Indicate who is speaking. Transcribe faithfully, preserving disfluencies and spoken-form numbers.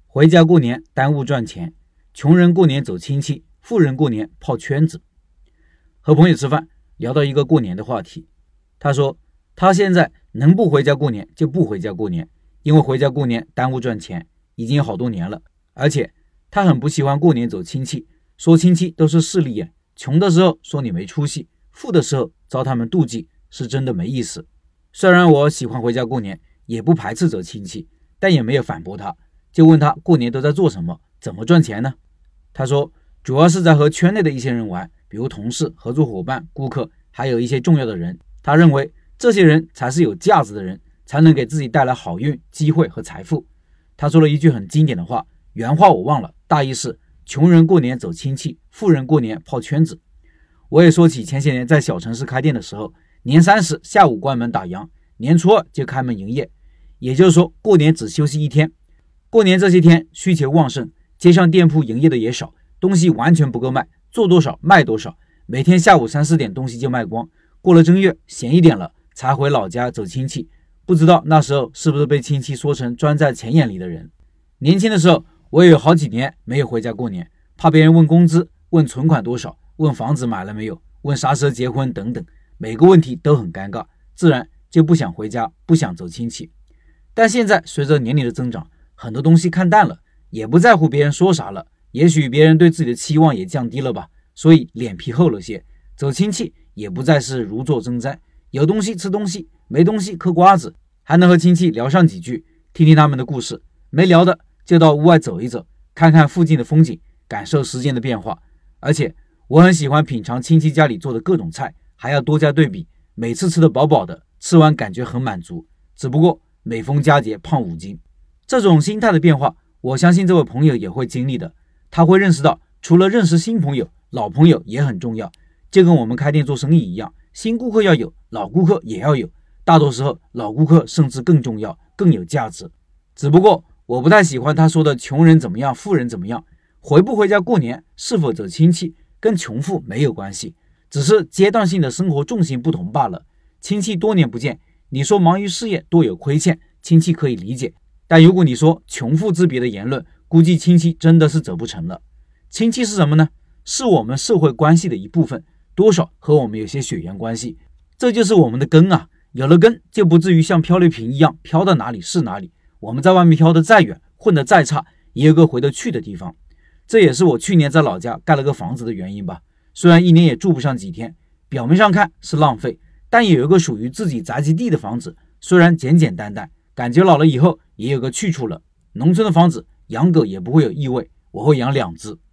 Speaker 1: 回家过年耽误赚钱，穷人过年走亲戚，富人过年泡圈子。和朋友吃饭，聊到一个过年的话题，他说他现在能不回家过年就不回家过年，因为回家过年耽误赚钱，已经有好多年了。而且他很不喜欢过年走亲戚，说亲戚都是势利眼，穷的时候说你没出息，富的时候遭他们妒忌，是真的没意思。虽然我喜欢回家过年，也不排斥走亲戚，但也没有反驳他，就问他过年都在做什么，怎么赚钱呢？他说主要是在和圈内的一些人玩，比如同事、合作伙伴、顾客，还有一些重要的人。他认为这些人才是有价值的人，才能给自己带来好运、机会和财富。他说了一句很经典的话，原话我忘了，大意是穷人过年走亲戚，富人过年泡圈子。我也说起前些年在小城市开店的时候，年三十下午关门打烊，年初二就开门营业，也就是说过年只休息一天。过年这些天需求旺盛，街上店铺营业的也少，东西完全不够卖，做多少卖多少，每天下午三四点东西就卖光。过了正月闲一点了才回老家走亲戚，不知道那时候是不是被亲戚说成钻在钱眼里的人。年轻的时候我也有好几年没有回家过年，怕别人问工资，问存款多少，问房子买了没有，问啥时候结婚等等，每个问题都很尴尬，自然就不想回家，不想走亲戚。但现在随着年龄的增长，很多东西看淡了，也不在乎别人说啥了，也许别人对自己的期望也降低了吧，所以脸皮厚了些，走亲戚也不再是如坐针毡，有东西吃东西，没东西嗑瓜子，还能和亲戚聊上几句，听听他们的故事，没聊的就到屋外走一走，看看附近的风景，感受时间的变化。而且我很喜欢品尝亲戚家里做的各种菜，还要多加对比，每次吃得饱饱的，吃完感觉很满足，只不过每逢佳节胖五斤。这种心态的变化，我相信这位朋友也会经历的。他会认识到，除了认识新朋友，老朋友也很重要。就跟我们开店做生意一样，新顾客要有，老顾客也要有，大多时候老顾客甚至更重要，更有价值。只不过我不太喜欢他说的穷人怎么样，富人怎么样。回不回家过年，是否走亲戚，跟穷富没有关系，只是阶段性的生活重心不同罢了。亲戚多年不见，你说忙于事业多有亏欠，亲戚可以理解，但如果你说穷富之别的言论，估计亲戚真的是走不成了。亲戚是什么呢？是我们社会关系的一部分，多少和我们有些血缘关系，这就是我们的根啊。有了根，就不至于像漂流瓶一样飘到哪里是哪里。我们在外面飘得再远，混得再差，也有个回得去的地方。这也是我去年在老家盖了个房子的原因吧。虽然一年也住不上几天，表面上看是浪费，但也有个属于自己宅基地的房子，虽然简简单单，感觉老了以后也有个去处了。农村的房子养狗也不会有异味，我会养两只。